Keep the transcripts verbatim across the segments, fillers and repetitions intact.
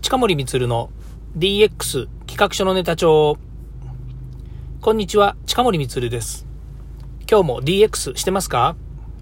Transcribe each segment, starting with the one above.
近森光の ディーエックス 企画書のネタ帳。こんにちは、近森光です。今日も ディーエックス してますか？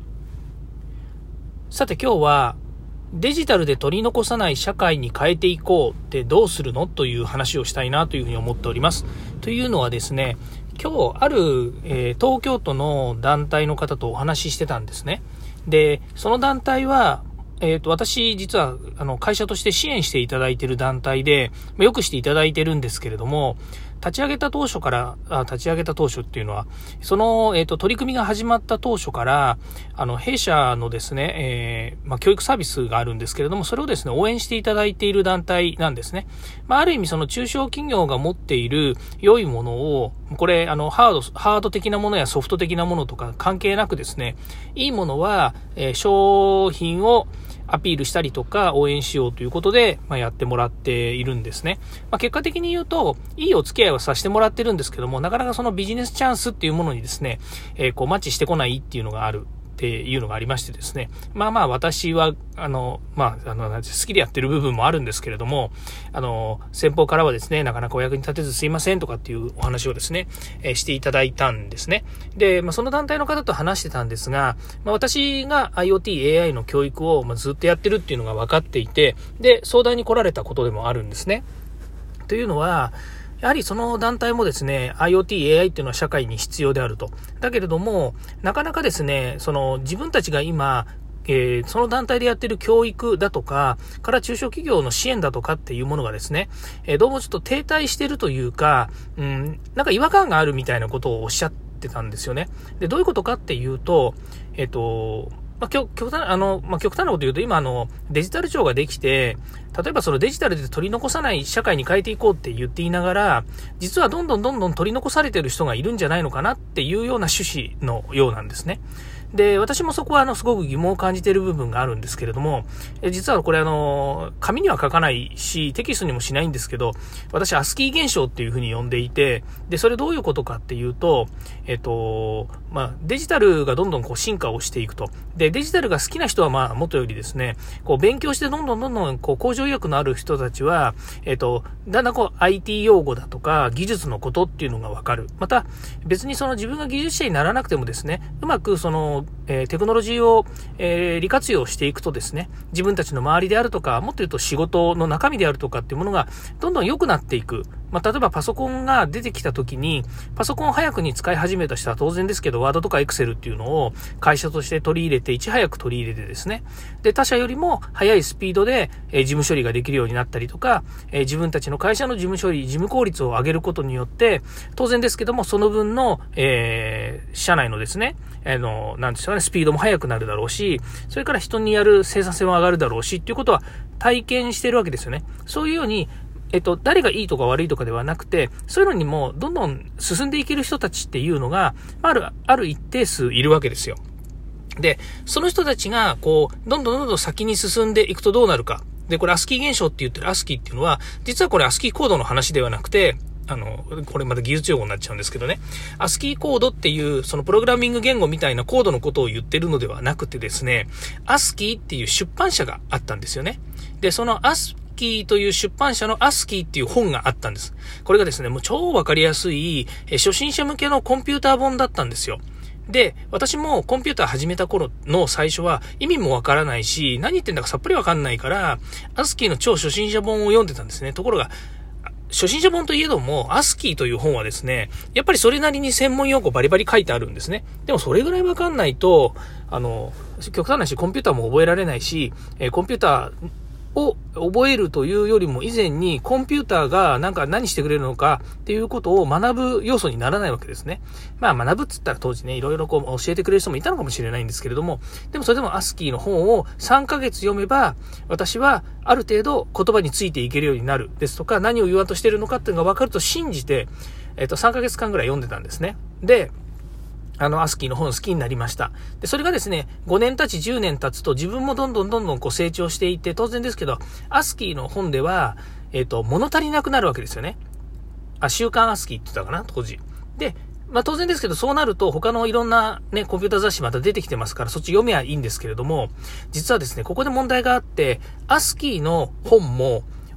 さて今日はデジタルで取り残さない社会に変えていこうってどうするのという話をしたいなというふうに思っております。というのはですね、今日ある、えー、東京都の団体の方とお話ししてたんですね。で、その団体はえっと、私、実は、あの、会社として支援していただいている団体で、よくしていただいているんですけれども、立ち上げた当初から、あ立ち上げた当初っていうのは、その、えっと、取り組みが始まった当初から、あの、弊社のですね、えー、まあ、教育サービスがあるんですけれども、それをですね、応援していただいている団体なんですね。まあ、ある意味、その中小企業が持っている良いものを、これ、あの、ハード、ハード的なものやソフト的なものとか関係なくですね、いいものは、えー、商品を、アピールしたりとか応援しようということで、まあ、やってもらっているんですね。まあ、結果的に言うと、いいお付き合いはさせてもらってるんですけども、なかなかそのビジネスチャンスっていうものにですね、えー、こうマッチしてこないっていうのがある。っていうのがありましてですね。まあまあ私は、あの、まあ、あの、好きでやってる部分もあるんですけれども、あの、先方からはですね、なかなかお役に立てずすいませんとかっていうお話をですね、えー、していただいたんですね。で、まあその団体の方と話してたんですが、まあ私が IoT、エーアイ の教育を、まあ、ずっとやってるっていうのが分かっていて、で、相談に来られたことでもあるんですね。というのは、やはりその団体もですね、IoT、エーアイ っていうのは社会に必要であると。だけれども、なかなかですね、その自分たちが今、えー、その団体でやってる教育だとか、から中小企業の支援だとかっていうものがですね、えー、どうもちょっと停滞してるというか、うん、なんか違和感があるみたいなことをおっしゃってたんですよね。で、どういうことかっていうと、えっと、まあ、極端な、あの、まあ、極端なこと言うと、今、あの、デジタル庁ができて、例えばそのデジタルで取り残さない社会に変えていこうって言っていながら、実はどんどんどんどん取り残されている人がいるんじゃないのかなっていうような趣旨のようなんですね。で、私もそこはあの、すごく疑問を感じている部分があるんですけれども、え実はこれあの、紙には書かないし、テキストにもしないんですけど、私、アスキー現象っていうふうに呼んでいて、で、それどういうことかっていうと、えっと、まあ、デジタルがどんどんこう進化をしていくと。で、デジタルが好きな人はまあ、元よりですね、こう、勉強してどんどんどんどんこう、向上意欲のある人たちは、えっと、だんだんこう、アイティー 用語だとか、技術のことっていうのがわかる。また、別にその自分が技術者にならなくてもですね、うまくその、えー、テクノロジーを、えー、利活用していくとですね、自分たちの周りであるとか、もっと言うと仕事の中身であるとかっていうものがどんどん良くなっていく。まあ、例えばパソコンが出てきた時に、パソコンを早くに使い始めた人は当然ですけど、ワードとかエクセルっていうのを会社として取り入れて、いち早く取り入れてですね、で、他社よりも早いスピードで、えー、事務処理ができるようになったりとか、えー、自分たちの会社の事務処理、事務効率を上げることによって、当然ですけども、その分の、えー、社内のですね、あの、なんですかね、スピードも速くなるだろうし、それから人にやる生産性も上がるだろうし、っていうことは体験してるわけですよね。そういうように、えっと、誰がいいとか悪いとかではなくて、そういうのにもどんどん進んでいける人たちっていうのが、ある、ある一定数いるわけですよ。で、その人たちが、こう、どんどんどんどん先に進んでいくとどうなるか。で、これアスキー現象って言ってるアスキーっていうのは、実はこれアスキーコードの話ではなくて、あの、これまた技術用語になっちゃうんですけどね。アスキーコードっていう、そのプログラミング言語みたいなコードのことを言ってるのではなくてですね、アスキーっていう出版社があったんですよね。で、そのアスキーという出版社のアスキーっていう本があったんです。これがですね、もう超わかりやすい、え初心者向けのコンピューター本だったんですよ。で、私もコンピューター始めた頃の最初は意味もわからないし、何言ってんだかさっぱりわかんないから、アスキーの超初心者本を読んでたんですね。ところが、初心者本といえども、アスキーという本はですね、やっぱりそれなりに専門用語バリバリ書いてあるんですね。でもそれぐらいわかんないと、あの、極端なし、コンピューターも覚えられないし、えー、コンピューター、を覚えるというよりも以前にコンピューターがなんか何してくれるのかっていうことを学ぶ要素にならないわけですね。まあ学ぶっつったら当時ね、いろいろこう教えてくれる人もいたのかもしれないんですけれども、でもそれでもアスキーの本をさんかげつ読めば、私はある程度言葉についていけるようになるですとか、何を言わんとしているのかっていうのが分かると信じて、えっとさんかげつかんぐらい読んでたんですね。で、あの、アスキーの本好きになりました。で、それがですね、ごねん経ちじゅうねん経つと自分もどんどんどんどんこう成長していって、当然ですけど、アスキーの本では、えっと、物足りなくなるわけですよね。あ、週刊アスキーって言ったかな、当時。で、まあ当然ですけど、そうなると他のいろんなね、コンピューター雑誌また出てきてますから、そっち読めばいいんですけれども、実はですね、ここで問題があって、アスキーの本も、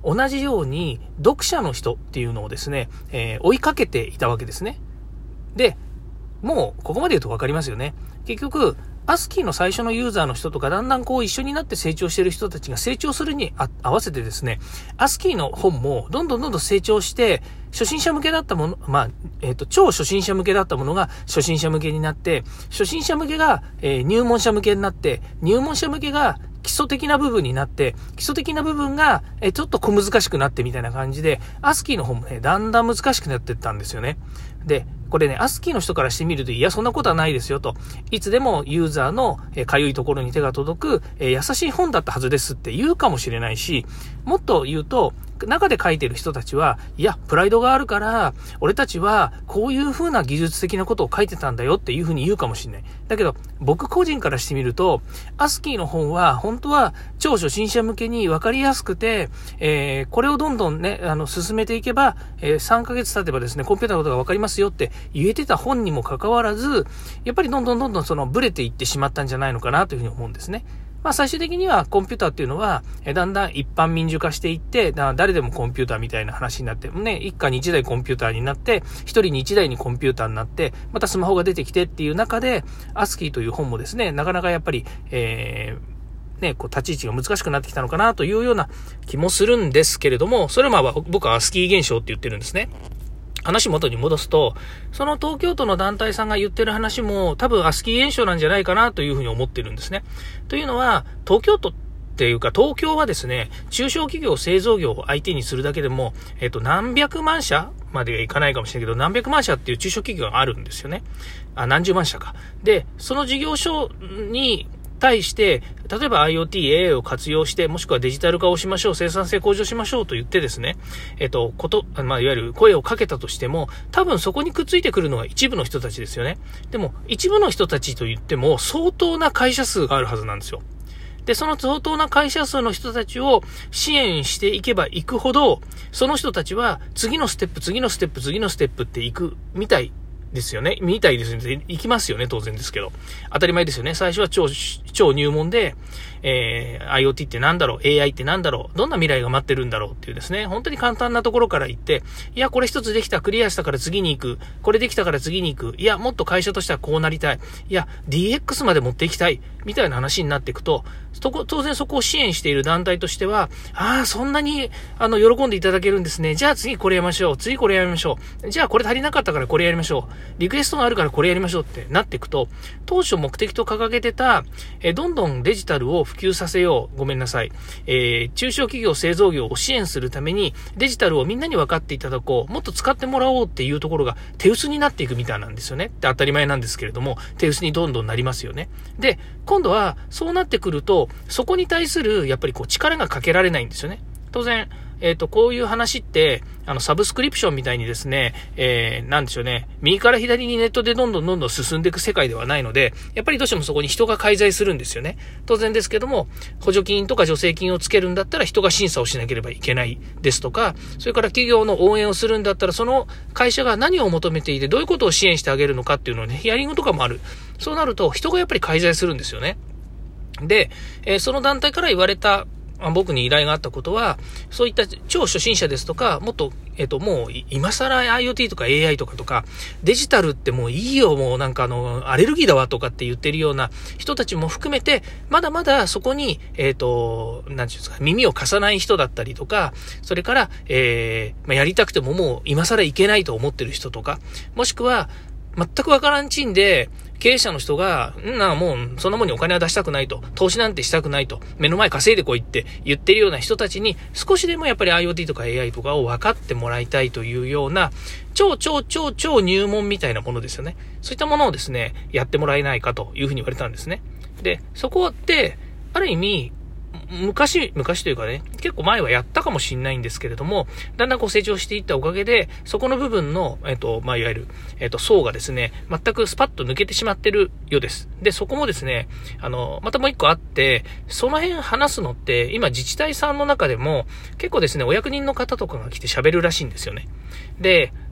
同じように読者の人っていうのをですね、えー、追いかけていたわけですね。で、もうここまで言うと分かりますよね。結局、アスキーの最初のユーザーの人とか、だんだんこう一緒になって成長している人たちが成長するに合わせてですね、アスキーの本もどんどんどんどん成長して、初心者向けだったもの、まあ、えっと、超初心者向けだったものが初心者向けになって、初心者向けが、えー、入門者向けになって、入門者向けが基礎的な部分になって、基礎的な部分が、えー、ちょっと小難しくなってみたいな感じで、アスキーの本もね、だんだん難しくなっていったんですよね。で、これね、アスキーの人からしてみると、いや、そんなことはないですよと。いつでもユーザーのかゆいところに手が届く、えー、優しい本だったはずですって言うかもしれないし、もっと言うと、中で書いてる人たちは、いや、プライドがあるから、俺たちはこういう風な技術的なことを書いてたんだよっていう風に言うかもしれない。だけど、僕個人からしてみると、アスキーの本は、本当は超初心者向けに分かりやすくて、えー、これをどんどんね、あの、進めていけば、えー、さんかげつ経てばですね、コンピューターのことが分かりますよって言えてた本にもかかわらず、やっぱりどんどんどんどんそのブレていってしまったんじゃないのかなというふうに思うんですね。まあ最終的にはコンピューターっていうのは、えだんだん一般民主化していって、だ誰でもコンピューターみたいな話になって、ね、一家に一台コンピューターになって、一人に一台にコンピューターになって、またスマホが出てきてっていう中で、アスキーという本もですね、なかなかやっぱり、えー、ね、こう立ち位置が難しくなってきたのかなというような気もするんですけれども、それはまあ僕はアスキー現象って言ってるんですね。話元に戻すと、その東京都の団体さんが言ってる話も多分アスキー現象なんじゃないかなというふうに思ってるんですね。というのは、東京都っていうか東京はですね、中小企業製造業を相手にするだけでも、えっと、何百万社まではいかないかもしれないけど、何百万社っていう中小企業があるんですよね。あ、何十万社か。で、その事業所に、対して、例えば IoT、エーアイ を活用して、もしくはデジタル化をしましょう、生産性向上しましょうと言ってですね、えっと、こと、まあ、いわゆる声をかけたとしても、多分そこにくっついてくるのは一部の人たちですよね。でも、一部の人たちと言っても、相当な会社数があるはずなんですよ。で、その相当な会社数の人たちを支援していけばいくほど、その人たちは次のステップ、次のステップ、次のステップっていくみたいですよね。みたいですね。行きますよね。当然ですけど。当たり前ですよね。最初は超、超入門で、えー、IoT ってなんだろう ?エーアイ ってなんだろうどんな未来が待ってるんだろうっていうですね。本当に簡単なところから行って、いや、これ一つできた、クリアしたから次に行く。これできたから次に行く。いや、もっと会社としてはこうなりたい。いや、ディーエックス まで持っていきたい。みたいな話になっていくと、当然そこを支援している団体としては、ああ、そんなに、あの、喜んでいただけるんですね。じゃあ次これやりましょう。次これやりましょう。じゃあこれ足りなかったからこれやりましょう。リクエストがあるからこれやりましょうってなっていくと、当初目的と掲げてた、えどんどんデジタルを普及させよう。ごめんなさい。えー、中小企業製造業を支援するために、デジタルをみんなに分かっていただこう。もっと使ってもらおうっていうところが手薄になっていくみたいなんですよね。って当たり前なんですけれども、手薄にどんどんなりますよね。で、今度はそうなってくると、そこに対するやっぱりこう力がかけられないんですよね。当然、えっと、こういう話って、あの、サブスクリプションみたいにですね、えー、なんでしょうね、右から左にネットでどんどんどんどん進んでいく世界ではないので、やっぱりどうしてもそこに人が介在するんですよね。当然ですけども、補助金とか助成金をつけるんだったら人が審査をしなければいけないですとか、それから企業の応援をするんだったら、その会社が何を求めていて、どういうことを支援してあげるのかっていうのをね、ヒアリングとかもある。そうなると、人がやっぱり介在するんですよね。で、えー、その団体から言われた、僕に依頼があったことは、そういった超初心者ですとか、もっと、えっと、もう、今更 IoT とか エーアイ とかとか、デジタルってもういいよ、もうなんかあの、アレルギーだわとかって言ってるような人たちも含めて、まだまだそこに、えっと、なんていうんですか、耳を貸さない人だったりとか、それから、えー、まあ、やりたくてももう今更いけないと思ってる人とか、もしくは、全くわからんちんで、経営者の人が、んな、もう、そんなもんにお金は出したくないと、投資なんてしたくないと、目の前稼いでこいって言ってるような人たちに、少しでもやっぱり IoT とか エーアイ とかを分かってもらいたいというような、超超超超入門みたいなものですよね。そういったものをですね、やってもらえないかというふうに言われたんですね。で、そこって、ある意味、昔、昔というかね、結構前はやったかもしれないんですけれども、だんだんこう成長していったおかげで、そこの部分の、えっと、まあ、いわゆる、えっと、層がですね、全くスパッと抜けてしまってるようです。で、そこもですね、あの、またもう一個あって、その辺話すのって、今自治体さんの中でも、結構ですね、お役人の方とかが来て喋るらしいんですよね。で、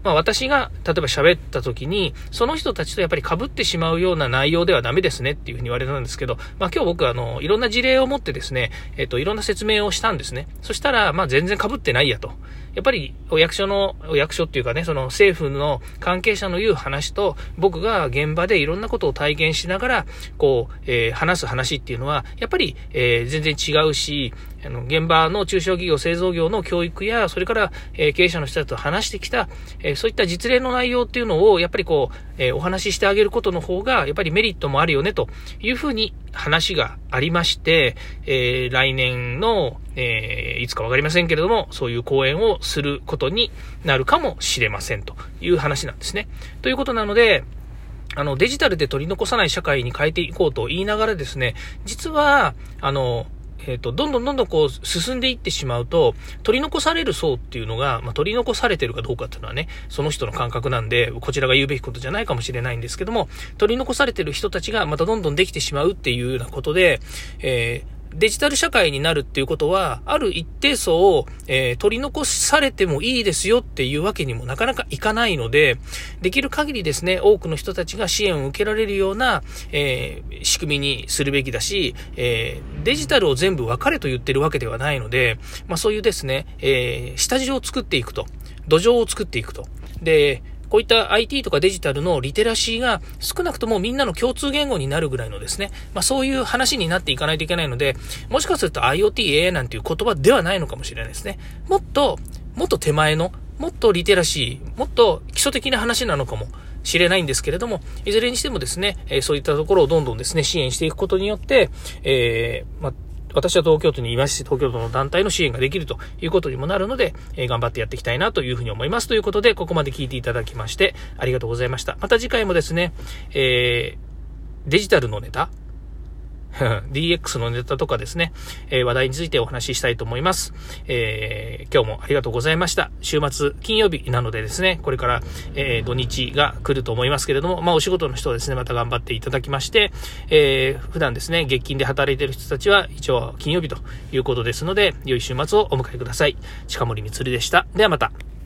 まあ私が例えば喋った時に、その人たちとやっぱり被ってしまうような内容ではダメですねっていうふうに言われたんですけど、まあ今日僕はあの、いろんな事例を持ってですね、えっと、いろんな説明をしたんですね。そしたら、まあ全然被ってないやと。やっぱりお役所の、お役所っていうかね、その政府の関係者の言う話と、僕が現場でいろんなことを体験しながら、こう、えー、話す話っていうのは、やっぱり、えー、全然違うし、あの、現場の中小企業、製造業の教育や、それから、えー、経営者の人たちと話してきた、えー、そういった実例の内容っていうのを、やっぱりこう、えー、お話ししてあげることの方が、やっぱりメリットもあるよね、というふうに話がありまして、えー、来年の、えー、いつかわかりませんけれども、そういう講演をすることになるかもしれませんという話なんですね。ということなので、あの、デジタルで取り残さない社会に変えていこうと言いながらですね、実は、あの、えっと、どんどんどんどんこう進んでいってしまうと、取り残される層っていうのが、まあ、取り残されてるかどうかっていうのはね、その人の感覚なんで、こちらが言うべきことじゃないかもしれないんですけども、取り残されてる人たちがまたどんどんできてしまうっていうようなことで、えーデジタル社会になるっていうことは、ある一定層を、えー、取り残されてもいいですよっていうわけにもなかなかいかないので、できる限りですね、多くの人たちが支援を受けられるような、えー、仕組みにするべきだし、えー、デジタルを全部分かれと言ってるわけではないので、まあそういうですね、えー、下地を作っていくと、土壌を作っていくと。で、こういった アイティー とかデジタルのリテラシーが少なくともみんなの共通言語になるぐらいのですね、まあそういう話になっていかないといけないので、もしかすると IoT、エーアイ なんていう言葉ではないのかもしれないですね。もっと、もっと手前の、もっとリテラシー、もっと基礎的な話なのかもしれないんですけれども、いずれにしてもですね、えー、そういったところをどんどんですね、支援していくことによって、えー、まあ私は東京都にいますし、東京都の団体の支援ができるということにもなるので、えー、頑張ってやっていきたいなというふうに思います。ということで、ここまで聞いていただきまして、ありがとうございました。また次回もですね、えー、デジタルのネタディーエックス のネタとかですね、えー、話題についてお話ししたいと思います。えー、今日もありがとうございました。週末金曜日なのでですね、これから、えー、土日が来ると思いますけれども、まあお仕事の人はですね、また頑張っていただきまして、えー、普段ですね、月金で働いている人たちは一応金曜日ということですので、良い週末をお迎えください。近森光でした。ではまた。